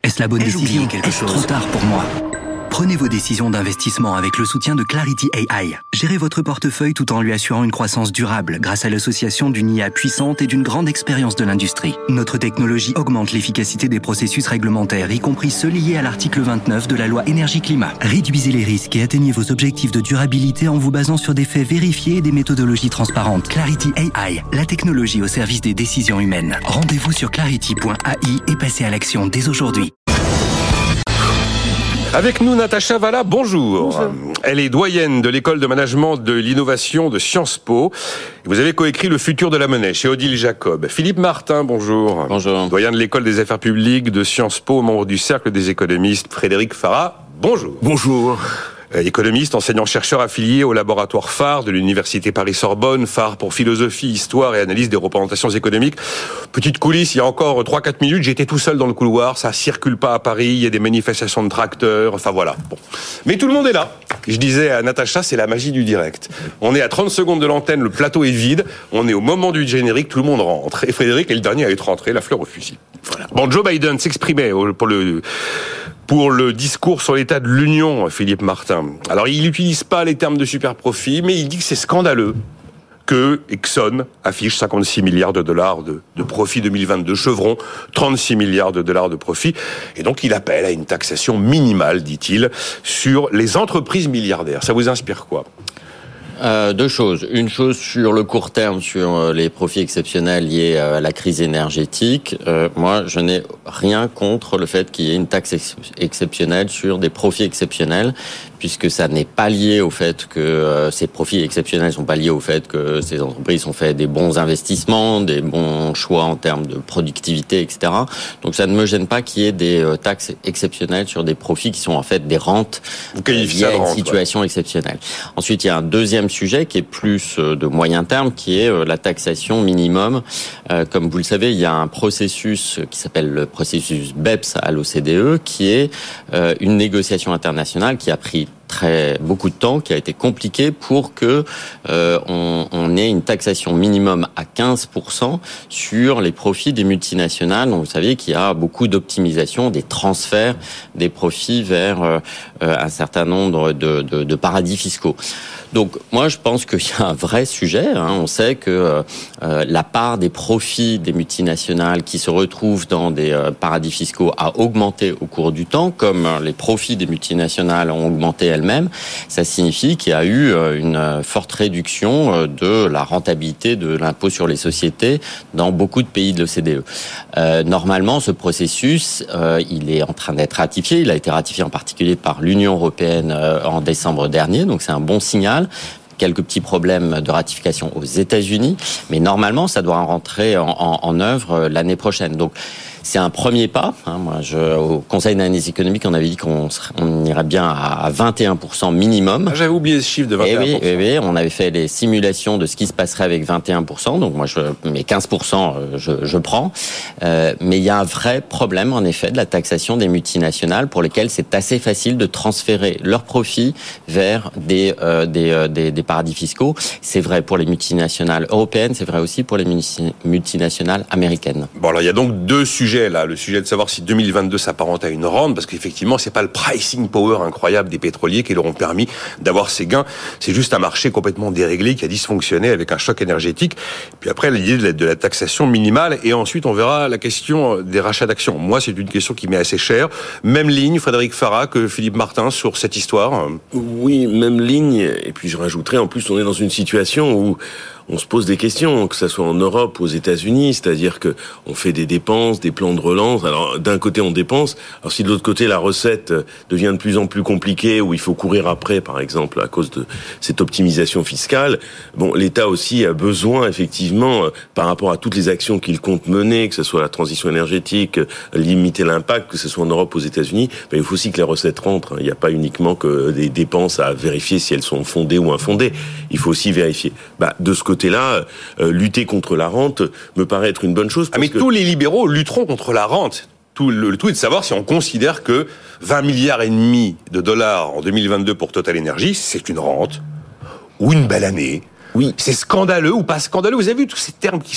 Est-ce la bonne décision? Est-ce trop tard pour moi? Prenez vos décisions d'investissement avec le soutien de Clarity AI. Gérez votre portefeuille tout en lui assurant une croissance durable grâce à l'association d'une IA puissante et d'une grande expérience de l'industrie. Notre technologie augmente l'efficacité des processus réglementaires, y compris ceux liés à l'article 29 de la loi Énergie-Climat. Réduisez les risques et atteignez vos objectifs de durabilité en vous basant sur des faits vérifiés et des méthodologies transparentes. Clarity AI, la technologie au service des décisions humaines. Rendez-vous sur clarity.ai et passez à l'action dès aujourd'hui. Avec nous, Natacha Valla, bonjour. Bonjour. Elle est doyenne de l'école de management de l'innovation de Sciences Po. Vous avez coécrit Le futur de la monnaie chez Odile Jacob. Philippe Martin, bonjour. Bonjour. Doyen de l'école des affaires publiques de Sciences Po, membre du cercle des économistes. Frédéric Farah, bonjour. Bonjour. Économiste, enseignant-chercheur affilié au laboratoire phare de l'université Paris-Sorbonne, phare pour philosophie, histoire et analyse des représentations économiques. Petite coulisse, il y a encore 3-4 minutes, j'étais tout seul dans le couloir, ça circule pas à Paris, il y a des manifestations de tracteurs, enfin voilà. Bon. Mais tout le monde est là. Je disais à Natacha, c'est la magie du direct. On est à 30 secondes de l'antenne, le plateau est vide, on est au moment du générique, tout le monde rentre. Et Frédéric est le dernier à être rentré, la fleur au fusil. Voilà. Bon, Joe Biden s'exprimait pour le discours sur l'état de l'Union, Philippe Martin. Alors, il n'utilise pas les termes de super-profit, mais il dit que c'est scandaleux que Exxon affiche 56 milliards de dollars de profit 2022, Chevron 36 milliards de dollars de profit, et donc il appelle à une taxation minimale, dit-il, sur les entreprises milliardaires. Ça vous inspire quoi ? Deux choses. Une chose sur le court terme, sur les profits exceptionnels liés à la crise énergétique. Moi, je n'ai rien contre le fait qu'il y ait une taxe exceptionnelle sur des profits exceptionnels, puisque ça n'est pas lié au fait que ces profits exceptionnels sont pas liés au fait que ces entreprises ont fait des bons investissements, des bons choix en termes de productivité, etc. Donc ça ne me gêne pas qu'il y ait des taxes exceptionnelles sur des profits qui sont en fait des rentes liées à une situation exceptionnelle. Ensuite, il y a un deuxième sujet qui est plus de moyen terme, qui est la taxation minimum. Comme vous le savez, il y a un processus qui s'appelle le processus BEPS à l'OCDE, qui est une négociation internationale qui a pris beaucoup de temps, qui a été compliqué pour que on ait une taxation minimum à 15% sur les profits des multinationales. Donc vous savez qu'il y a beaucoup d'optimisation, des transferts des profits vers un certain nombre de paradis fiscaux. Donc moi je pense qu'il y a un vrai sujet. On sait que la part des profits des multinationales qui se retrouvent dans des paradis fiscaux a augmenté au cours du temps, comme les profits des multinationales ont augmenté elles-mêmes. Ça signifie qu'il y a eu une forte réduction de la rentabilité de l'impôt sur les sociétés dans beaucoup de pays de l'OCDE. Normalement, ce processus, il est en train d'être ratifié. Il a été ratifié en particulier par l'Union européenne en décembre dernier, donc c'est un bon signal. Quelques petits problèmes de ratification aux États-Unis, mais normalement, ça doit rentrer en œuvre l'année prochaine. Donc, c'est un premier pas. Moi, au Conseil d'analyse économique, on avait dit qu'on irait bien à 21% minimum. J'avais oublié ce chiffre de 21%. Oui, on avait fait les simulations de ce qui se passerait avec 21%. Donc moi, mais 15%, je prends. Mais il y a un vrai problème, en effet, de la taxation des multinationales pour lesquelles c'est assez facile de transférer leurs profits vers des paradis fiscaux. C'est vrai pour les multinationales européennes, c'est vrai aussi pour les multinationales américaines. Bon, alors il y a donc deux sujets là, le sujet de savoir si 2022 s'apparente à une rente, parce qu'effectivement, c'est pas le pricing power incroyable des pétroliers qui leur ont permis d'avoir ces gains. C'est juste un marché complètement déréglé qui a dysfonctionné avec un choc énergétique. Puis après, l'idée de la taxation minimale, et ensuite, on verra la question des rachats d'actions. Moi, c'est une question qui m'est assez chère. Même ligne, Frédéric Farah, que Philippe Martin sur cette histoire. Oui, même ligne. Et puis je rajouterais, en plus, on est dans une situation où on se pose des questions, que ça soit en Europe ou aux États-Unis, c'est-à-dire que on fait des dépenses, des plans de relance. Alors d'un côté on dépense, alors si de l'autre côté la recette devient de plus en plus compliquée, où il faut courir après, par exemple à cause de cette optimisation fiscale, bon, l'État aussi a besoin effectivement, par rapport à toutes les actions qu'il compte mener, que ce soit la transition énergétique, limiter l'impact, que ce soit en Europe ou aux États-Unis, ben, il faut aussi que les recettes rentrent. Il n'y a pas uniquement que des dépenses à vérifier si elles sont fondées ou infondées. Il faut aussi vérifier. De ce côté-là, lutter contre la rente me paraît être une bonne chose. Mais tous les libéraux lutteront contre la rente. Le tout est de savoir si on considère que 20 milliards et demi de dollars en 2022 pour Total Energy, c'est une rente ou une belle année. Oui. C'est scandaleux ou pas scandaleux. Vous avez vu tous ces termes qui sont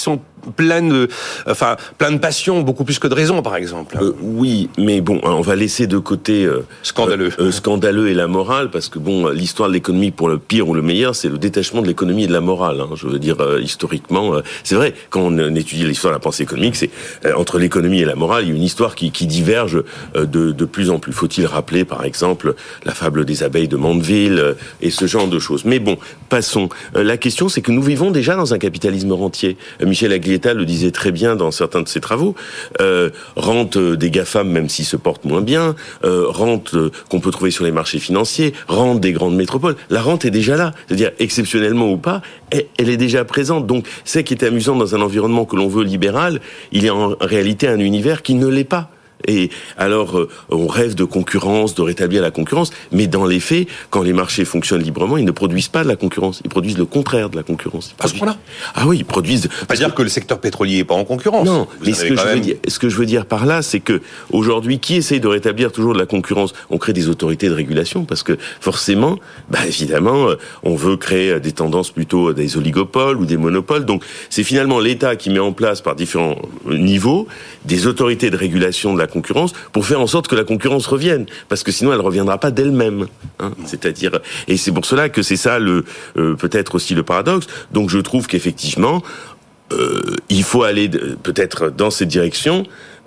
plein de passion, beaucoup plus que de raison, par exemple. Oui, mais bon, on va laisser de côté scandaleux et la morale, parce que bon, l'histoire de l'économie, pour le pire ou le meilleur, c'est le détachement de l'économie et de la morale. Je veux dire, historiquement, c'est vrai, quand on étudie l'histoire de la pensée économique, c'est entre l'économie et la morale, il y a une histoire qui diverge de plus en plus. Faut-il rappeler, par exemple, la fable des abeilles de Mandeville et ce genre de choses. Mais bon, passons. La question, c'est que nous vivons déjà dans un capitalisme rentier. Michel Aglietta le disait très bien dans certains de ses travaux. Rente des GAFAM, même s'ils se portent moins bien, rente qu'on peut trouver sur les marchés financiers, rente des grandes métropoles. La rente est déjà là. C'est-à-dire, exceptionnellement ou pas, elle est déjà présente. Donc, ce qui est amusant dans un environnement que l'on veut libéral, il y a en réalité un univers qui ne l'est pas. Et alors, on rêve de concurrence, de rétablir la concurrence, mais dans les faits, quand les marchés fonctionnent librement, ils ne produisent pas de la concurrence, ils produisent le contraire de la concurrence. À ce point-là ? Ah oui, ils produisent... Pas dire que le secteur pétrolier est pas en concurrence. Non, mais ce que je veux dire par là, c'est que aujourd'hui, qui essaye de rétablir toujours de la concurrence ? On crée des autorités de régulation, parce que forcément, évidemment, on veut créer des tendances plutôt des oligopoles ou des monopoles. Donc, c'est finalement l'État qui met en place, par différents niveaux, des autorités de régulation de la concurrence pour faire en sorte que la concurrence revienne, parce que sinon elle reviendra pas d'elle-même. C'est-à-dire, et c'est pour cela que c'est ça peut-être aussi le paradoxe. Donc je trouve qu'effectivement il faut aller peut-être dans cette direction.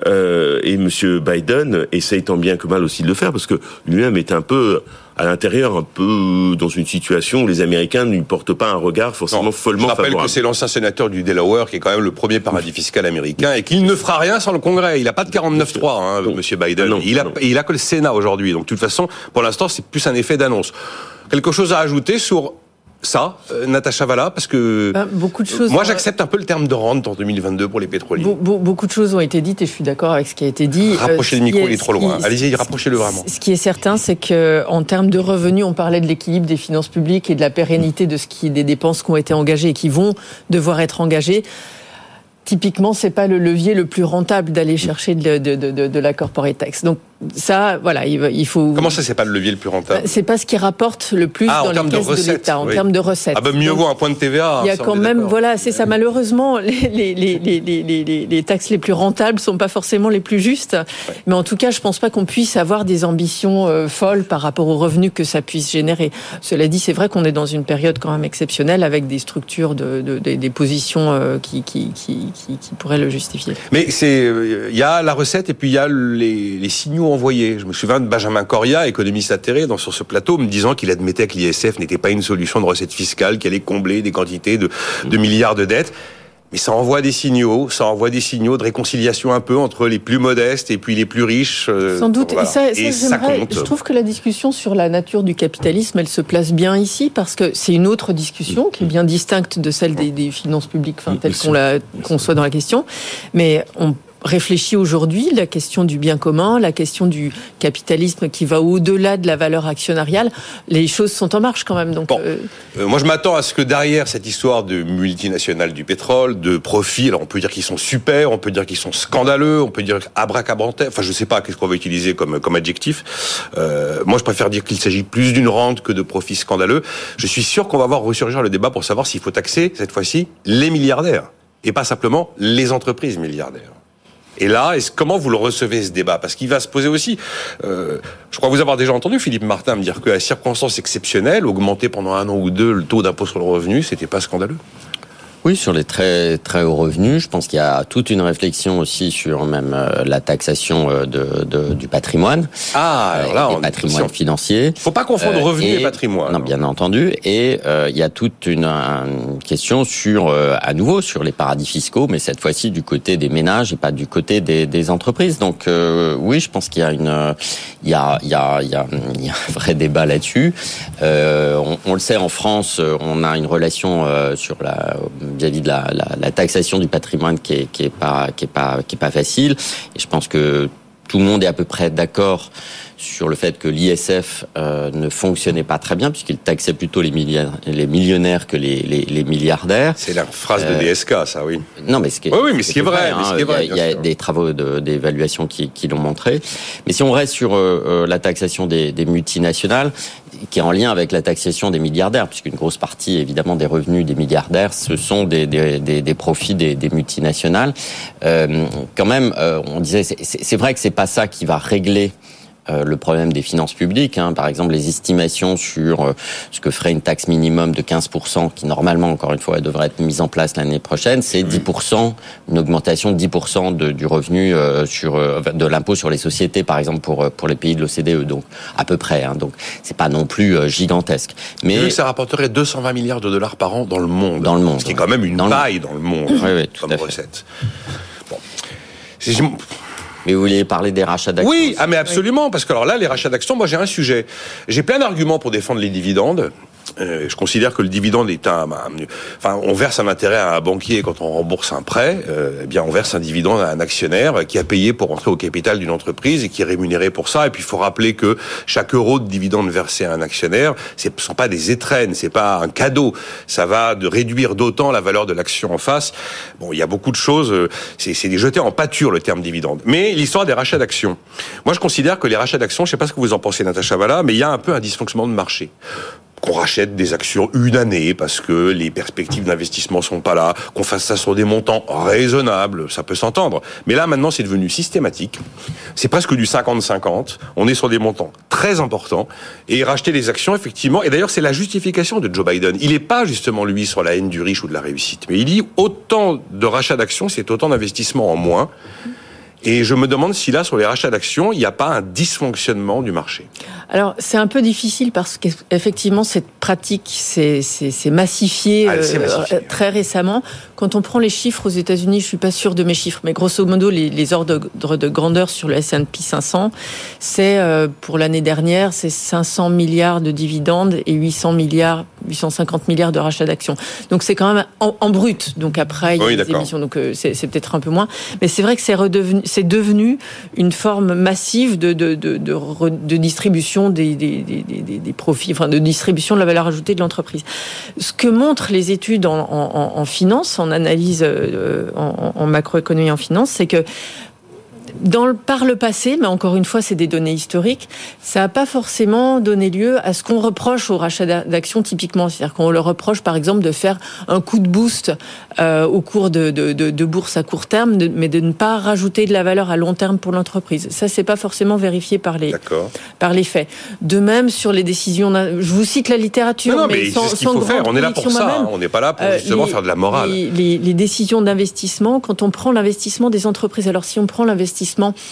Et Monsieur Biden essaye tant bien que mal aussi de le faire, parce que lui-même est un peu à l'intérieur, un peu dans une situation où les Américains ne lui portent pas un regard forcément follement favorable. Je rappelle que c'est l'ancien sénateur du Delaware qui est quand même le premier paradis fiscal américain et qu'il ne fera rien sans le Congrès. Il n'a pas de 49-3, Monsieur Biden. Il a que le Sénat aujourd'hui. Donc de toute façon, pour l'instant, c'est plus un effet d'annonce. Quelque chose à ajouter sur ça, Natacha Valla, parce que beaucoup de choses. Moi, j'accepte un peu le terme de rente en 2022 pour les pétroliers. Beaucoup de choses ont été dites et je suis d'accord avec ce qui a été dit. Rapprochez le micro, il est trop loin. Allez-y, rapprochez-le vraiment. Ce qui est certain, c'est que en termes de revenus, on parlait de l'équilibre des finances publiques et de la pérennité de des dépenses qui ont été engagées et qui vont devoir être engagées. Typiquement, c'est pas le levier le plus rentable d'aller chercher de la corporate tax. Donc ça, voilà, il faut. Comment ça, c'est pas le levier le plus rentable ? C'est pas ce qui rapporte le plus dans les caisses de l'État en termes de recettes. Mieux vaut un point de TVA. Il y a quand même, c'est ça. Malheureusement, les taxes les plus rentables sont pas forcément les plus justes. Ouais. Mais en tout cas, je pense pas qu'on puisse avoir des ambitions folles par rapport aux revenus que ça puisse générer. Cela dit, c'est vrai qu'on est dans une période quand même exceptionnelle avec des structures des positions qui pourraient le justifier. Mais il y a la recette et puis il y a les signaux envoyés. Je me souviens de Benjamin Coria, économiste atterré sur ce plateau, me disant qu'il admettait que l'ISF n'était pas une solution de recette fiscale qui allait combler des quantités de milliards de dettes. Mais ça envoie des signaux de réconciliation un peu entre les plus modestes et puis les plus riches. Sans doute. Voilà. Et ça compte. Je trouve que la discussion sur la nature du capitalisme, elle se place bien ici parce que c'est une autre discussion qui est bien distincte de celle des finances publiques, telle qu'on la conçoit dans la question. Mais on réfléchit aujourd'hui la question du bien commun, la question du capitalisme qui va au-delà de la valeur actionnariale. Les choses sont en marche quand même. Donc, moi, je m'attends à ce que derrière cette histoire de multinationales du pétrole, de profits, alors on peut dire qu'ils sont super, on peut dire qu'ils sont scandaleux, on peut dire abracadabrantesques, enfin je sais pas qu'est-ce qu'on va utiliser comme adjectif. Moi, je préfère dire qu'il s'agit plus d'une rente que de profits scandaleux. Je suis sûr qu'on va voir ressurgir le débat pour savoir s'il faut taxer, cette fois-ci, les milliardaires et pas simplement les entreprises milliardaires. Et là, comment vous le recevez, ce débat ? Parce qu'il va se poser aussi... je crois vous avoir déjà entendu, Philippe Martin, me dire qu'à circonstances exceptionnelles, augmenter pendant 1 an ou 2 le taux d'impôt sur le revenu, c'était pas scandaleux ? Oui, sur les très très hauts revenus, je pense qu'il y a toute une réflexion aussi sur même la taxation du patrimoine. Alors là, des patrimoines financiers. Faut pas confondre revenus et patrimoine. Non, bien entendu. Et il y a toute une question sur à nouveau sur les paradis fiscaux, mais cette fois-ci du côté des ménages et pas du côté des entreprises. Donc oui, je pense qu'il y a un vrai débat là-dessus. On le sait, en France, on a une relation sur vis-à-vis de la taxation du patrimoine qui est pas facile. Et je pense que tout le monde est à peu près d'accord sur le fait que l'ISF ne fonctionnait pas très bien puisqu'il taxait plutôt les millionnaires que les milliardaires. C'est la phrase de DSK, ça, oui. Non, mais ce qui est vrai. Il y a des travaux d'évaluation qui l'ont montré. Mais si on reste sur la taxation des multinationales, qui est en lien avec la taxation des milliardaires, puisqu'une grosse partie, évidemment, des revenus des milliardaires, ce sont des profits des multinationales. Quand même, on disait, c'est vrai que c'est pas ça qui va régler le problème des finances publiques. Par exemple, les estimations sur ce que ferait une taxe minimum de 15%, qui normalement, encore une fois, devrait être mise en place l'année prochaine, c'est 10%, une augmentation de 10% du revenu de l'impôt sur les sociétés, par exemple, pour les pays de l'OCDE, donc à peu près. Donc, c'est pas non plus gigantesque. Mais ça rapporterait 220 milliards de dollars par an dans le monde. Dans le monde. Ce qui est quand même une paille dans le monde. Oui, tout comme à fait. recette. Bon. Mais vous vouliez parler des rachats d'actions? Oui, mais absolument, parce que alors là, les rachats d'actions, moi j'ai un sujet. J'ai plein d'arguments pour défendre les dividendes. Je considère que le dividende est on verse un intérêt à un banquier quand on rembourse un prêt. Eh bien, on verse un dividende à un actionnaire qui a payé pour entrer au capital d'une entreprise et qui est rémunéré pour ça. Et puis, il faut rappeler que chaque euro de dividende versé à un actionnaire, ce sont pas des étrennes, c'est pas un cadeau. Ça va de réduire d'autant la valeur de l'action en face. Bon, il y a beaucoup de choses. C'est des jetés en pâture, le terme dividende. Mais l'histoire des rachats d'actions. Moi, je considère que les rachats d'actions, je sais pas ce que vous en pensez, Natacha Valla, mais il y a un peu un dysfonctionnement de marché. Qu'on rachète des actions une année parce que les perspectives d'investissement sont pas là, qu'on fasse ça sur des montants raisonnables, ça peut s'entendre. Mais là, maintenant, c'est devenu systématique. C'est presque du 50-50. On est sur des montants très importants. Et racheter les actions, effectivement, et d'ailleurs, c'est la justification de Joe Biden. Il n'est pas, justement, lui, sur la haine du riche ou de la réussite. Mais il dit autant de rachats d'actions, c'est autant d'investissements en moins. Et je me demande si là, sur les rachats d'actions, il n'y a pas un dysfonctionnement du marché. Alors, c'est un peu difficile parce qu'effectivement, cette pratique s'est massifiée, très récemment. Quand on prend les chiffres aux États-Unis, je suis pas sûre de mes chiffres, mais grosso modo, les ordres de grandeur sur le S&P 500, c'est pour l'année dernière, c'est 500 milliards de dividendes et 850 milliards de rachats d'actions. Donc c'est quand même en brut. Donc après, il y a des émissions, donc c'est peut-être un peu moins. Mais c'est vrai que c'est devenu une forme massive de distribution des profits, enfin de distribution de la valeur ajoutée de l'entreprise. Ce que montrent les études en finance, en analyse en macroéconomie en finance, c'est que par le passé, mais encore une fois, c'est des données historiques, ça n'a pas forcément donné lieu à ce qu'on reproche au rachat d'actions typiquement. C'est-à-dire qu'on leur reproche, par exemple, de faire un coup de boost au cours de bourse à court terme, mais de ne pas rajouter de la valeur à long terme pour l'entreprise. Ça, c'est pas forcément vérifié par les faits. De même, sur les décisions... Je vous cite la littérature, mais c'est ce qu'il faut faire. On est là pour ça. On n'est pas là pour justement faire de la morale. Les décisions d'investissement, quand on prend l'investissement des entreprises, alors si on prend l'investissement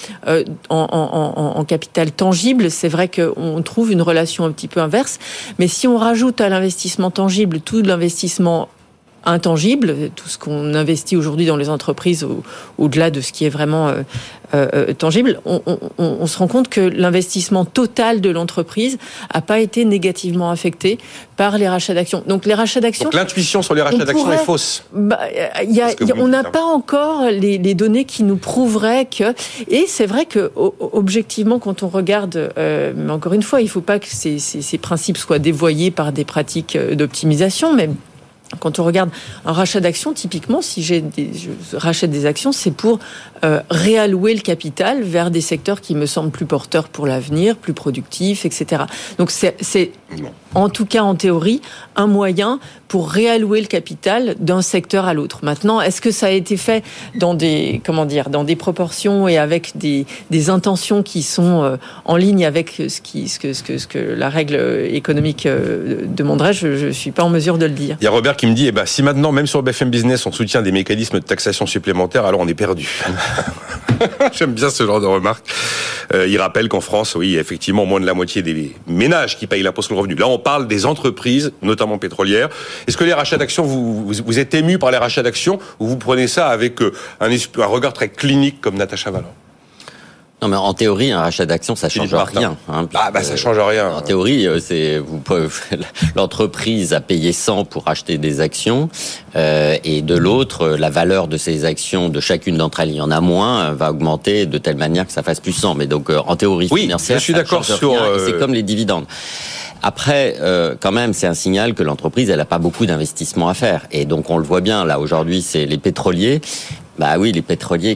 en capital tangible, c'est vrai qu'on trouve une relation un petit peu inverse. Mais si on rajoute à l'investissement tangible tout l'investissement intangible, tout ce qu'on investit aujourd'hui dans les entreprises au-delà de ce qui est vraiment tangible, on se rend compte que l'investissement total de l'entreprise n'a pas été négativement affecté par les rachats d'actions. Donc les rachats d'actions... Donc l'intuition sur les rachats d'actions est fausse. On n'a pas encore les données qui nous prouveraient que... Et c'est vrai que objectivement, quand on regarde... mais encore une fois, il ne faut pas que ces principes soient dévoyés par des pratiques d'optimisation, mais... Quand on regarde un rachat d'actions, typiquement, si je rachète des actions, c'est pour réallouer le capital vers des secteurs qui me semblent plus porteurs pour l'avenir, plus productifs, etc. Donc c'est en tout cas en théorie un moyen pour réallouer le capital d'un secteur à l'autre. Maintenant, est-ce que ça a été fait dans des proportions et avec des intentions qui sont en ligne avec ce que la règle économique demanderait? Je suis pas en mesure de le dire. Il y a Robert qui me dit, si maintenant, même sur BFM Business, on soutient des mécanismes de taxation supplémentaires, alors on est perdu. J'aime bien ce genre de remarque. Il rappelle qu'en France, oui, effectivement, moins de la moitié des ménages qui payent l'impôt sur le revenu. Là, on parle des entreprises, notamment pétrolières. Est-ce que les rachats d'actions, vous êtes ému par les rachats d'actions, ou vous prenez ça avec un regard très clinique comme Natacha Valla? Non, mais en théorie, un rachat d'actions, ça change rien. Ça change rien. En théorie, l'entreprise a payé 100 pour acheter des actions, et de l'autre, la valeur de ces actions, de chacune d'entre elles, il y en a moins, va augmenter de telle manière que ça fasse plus 100. Mais donc, en théorie financière, je suis d'accord sur. Et c'est comme les dividendes. Après, quand même, c'est un signal que l'entreprise, elle n'a pas beaucoup d'investissement à faire. Et donc, on le voit bien, là, aujourd'hui, c'est les pétroliers. Bah oui, les pétroliers,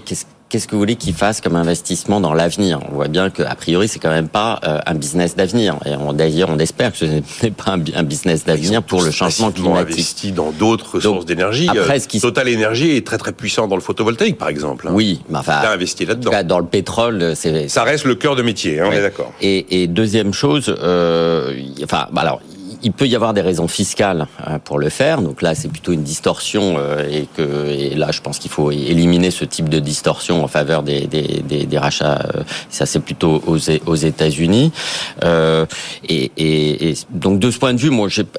qu'est-ce que vous voulez qu'ils fassent comme investissement dans l'avenir ? On voit bien qu'a priori, c'est quand même pas un business d'avenir. Et d'ailleurs, on espère que ce n'est pas un business d'avenir pour le changement climatique. Investi dans d'autres sources d'énergie. Après, Total Énergie est très très puissant dans le photovoltaïque, par exemple. Oui, mais enfin, il a investi là-dedans. Dans le pétrole, ça reste le cœur de métier, on est d'accord. Et deuxième chose, il peut y avoir des raisons fiscales pour le faire. Donc là, c'est plutôt une distorsion et là, je pense qu'il faut éliminer ce type de distorsion en faveur des rachats. Ça, c'est plutôt aux États-Unis. Et donc de ce point de vue, moi, je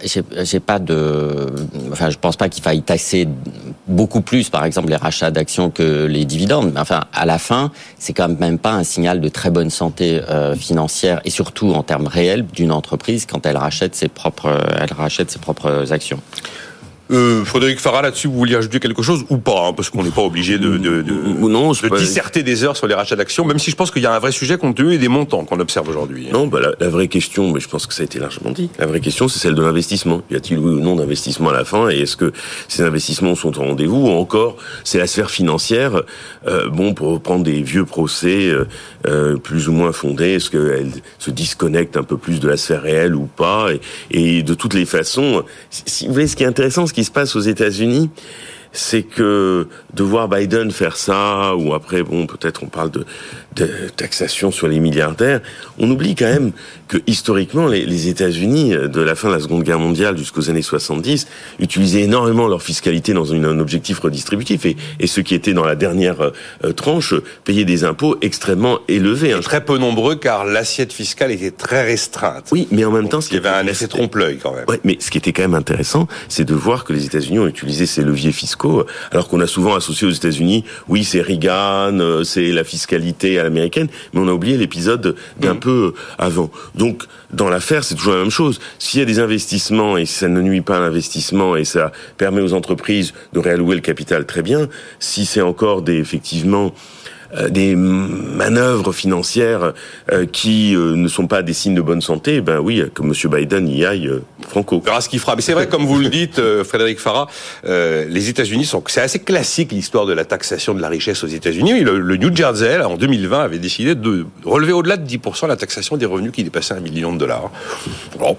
pense pas qu'il faille taxer beaucoup plus, par exemple, les rachats d'actions que les dividendes. Mais enfin, à la fin, c'est quand même pas un signal de très bonne santé financière et surtout en termes réels d'une entreprise quand elle rachète ses propres actions. Frédéric Farah, là-dessus, vous vouliez ajouter quelque chose ou pas, parce qu'on n'est pas obligé de disserter des heures sur les rachats d'actions, même si je pense qu'il y a un vrai sujet compte tenu des montants qu'on observe aujourd'hui. Non, la vraie question, mais je pense que ça a été largement dit, la vraie question, c'est celle de l'investissement. Y a-t-il oui ou non d'investissement à la fin, et est-ce que ces investissements sont au rendez-vous, ou encore, c'est la sphère financière, pour reprendre des vieux procès plus ou moins fondés, est-ce qu'elle se disconnecte un peu plus de la sphère réelle ou pas, et de toutes les façons, si vous voyez, ce qui est intéressant, ce qui se passe aux États-Unis, c'est que de voir Biden faire ça, ou après, peut-être on parle de taxation sur les milliardaires, on oublie quand même que historiquement, les États-Unis, de la fin de la Seconde Guerre mondiale jusqu'aux années 70, utilisaient énormément leur fiscalité dans un objectif redistributif, et ceux qui étaient dans la dernière tranche payaient des impôts extrêmement élevés. Très peu nombreux, car l'assiette fiscale était très restreinte. Oui, mais en même temps... Il y avait un effet trompe-l'œil quand même. Ouais, mais ce qui était quand même intéressant, c'est de voir que les États-Unis ont utilisé ces leviers fiscaux, alors qu'on a souvent associé aux États-Unis, oui, c'est Reagan, c'est la fiscalité à l'américaine, mais on a oublié l'épisode d'un peu avant. Donc, dans l'affaire, c'est toujours la même chose. S'il y a des investissements et ça ne nuit pas à l'investissement et ça permet aux entreprises de réallouer le capital, très bien. Si c'est encore effectivement des manœuvres financières qui ne sont pas des signes de bonne santé, oui, que M. Biden y aille franco. On verra ce qu'il fera. Mais c'est vrai, comme vous le dites, Frédéric Farah, les États-Unis c'est assez classique l'histoire de la taxation de la richesse aux États-Unis. Le New Jersey, là, en 2020, avait décidé de relever au-delà de 10% la taxation des revenus qui dépassaient $1 million. Bon.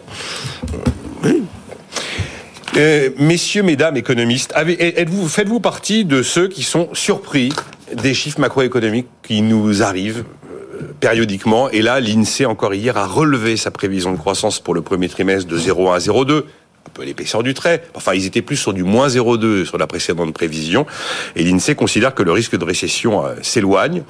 Messieurs, mesdames, économistes, faites-vous partie de ceux qui sont surpris des chiffres macroéconomiques qui nous arrivent périodiquement? Et là, l'INSEE, encore hier, a relevé sa prévision de croissance pour le premier trimestre de 0,1 à 0,2. Un peu l'épaisseur du trait. Enfin, ils étaient plus sur du moins 0,2 sur la précédente prévision. Et l'INSEE considère que le risque de récession s'éloigne.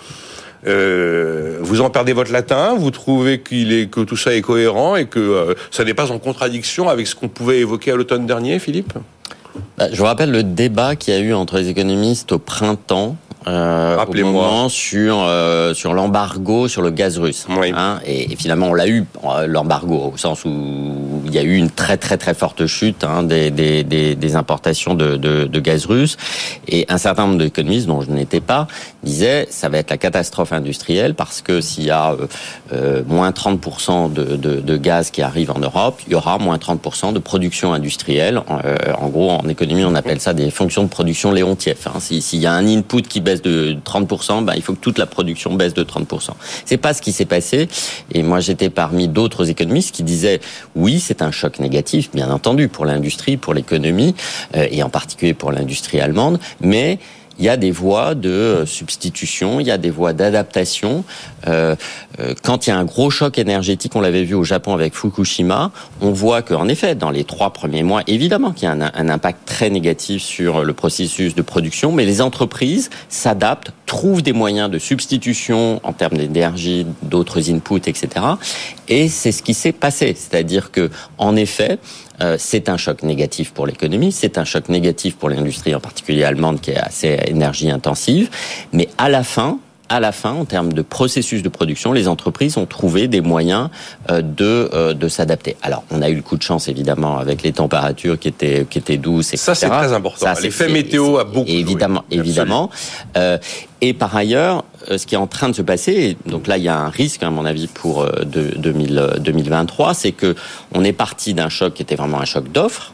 Vous en perdez votre latin, vous trouvez que tout ça est cohérent et que ça n'est pas en contradiction avec ce qu'on pouvait évoquer à l'automne dernier, Philippe ? Je vous rappelle le débat qu'il y a eu entre les économistes au printemps. Au moment sur l'embargo sur le gaz russe. Oui. Et finalement, on l'a eu, l'embargo, au sens où il y a eu une très très très forte chute des importations de gaz russe. Et un certain nombre d'économistes, dont je n'étais pas, disaient ça va être la catastrophe industrielle parce que s'il y a moins 30% de gaz qui arrive en Europe, il y aura moins 30% de production industrielle. En gros, en économie, on appelle ça des fonctions de production Léontief. S'il y a un input qui baisse de 30%, il faut que toute la production baisse de 30%. C'est pas ce qui s'est passé. Et moi, j'étais parmi d'autres économistes qui disaient oui, c'est un choc négatif, bien entendu, pour l'industrie, pour l'économie, et en particulier pour l'industrie allemande, mais il y a des voies de substitution, il y a des voies d'adaptation. Quand il y a un gros choc énergétique, on l'avait vu au Japon avec Fukushima, on voit qu'en effet, dans les 3 premiers mois, évidemment qu'il y a un impact très négatif sur le processus de production, mais les entreprises s'adaptent, trouvent des moyens de substitution en termes d'énergie, d'autres inputs, etc. Et c'est ce qui s'est passé. C'est-à-dire que, en effet, c'est un choc négatif pour l'économie, c'est un choc négatif pour l'industrie, en particulier allemande, qui est assez énergie intensive. Mais à la fin, en termes de processus de production, les entreprises ont trouvé des moyens de s'adapter. Alors, on a eu le coup de chance, évidemment, avec les températures qui étaient douces, etc. Ça, c'est très important. L'effet météo a beaucoup évidemment, joué. Évidemment. Et par ailleurs, ce qui est en train de se passer, et donc là, il y a un risque, à mon avis, pour 2023, c'est que on est parti d'un choc qui était vraiment un choc d'offres,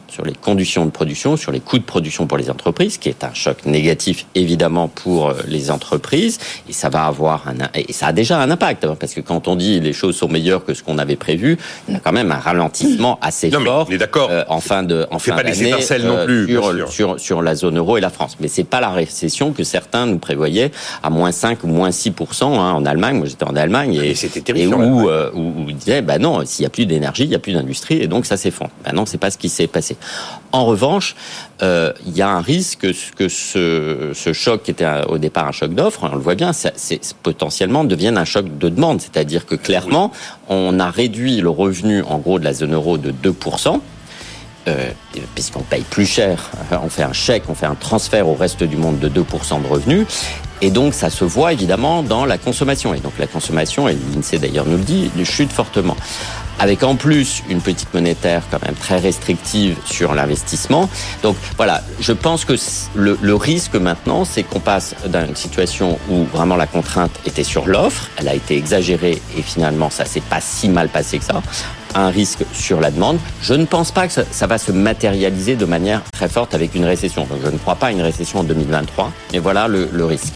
sur les conditions de production, sur les coûts de production pour les entreprises, qui est un choc négatif évidemment pour les entreprises, et ça va avoir et ça a déjà un impact, parce que quand on dit les choses sont meilleures que ce qu'on avait prévu, il y a quand même un ralentissement assez fort. On est d'accord. En fin d'année non plus, sur la zone euro et la France. Mais c'est pas la récession que certains nous prévoyaient à -5 ou -6% en Allemagne. Moi, j'étais en Allemagne et c'était terrible. Où ils disaient non, s'il y a plus d'énergie, il y a plus d'industrie et donc ça s'effondre. Non, c'est pas ce qui s'est passé. En revanche, il y a un risque que ce choc qui était au départ un choc d'offre, on le voit bien, c'est potentiellement devienne un choc de demande. C'est-à-dire que clairement, on a réduit le revenu en gros de la zone euro de 2%. Puisqu'on paye plus cher, on fait un chèque, on fait un transfert au reste du monde de 2% de revenus. Et donc, ça se voit évidemment dans la consommation. Et donc, la consommation, et l'INSEE d'ailleurs nous le dit, chute fortement. Avec en plus une politique monétaire quand même très restrictive sur l'investissement. Donc voilà, je pense que le risque maintenant, c'est qu'on passe d'une situation où vraiment la contrainte était sur l'offre, elle a été exagérée et finalement ça s'est pas si mal passé que ça, un risque sur la demande. Je ne pense pas que ça va se matérialiser de manière très forte avec une récession. Donc je ne crois pas à une récession en 2023, mais voilà le risque.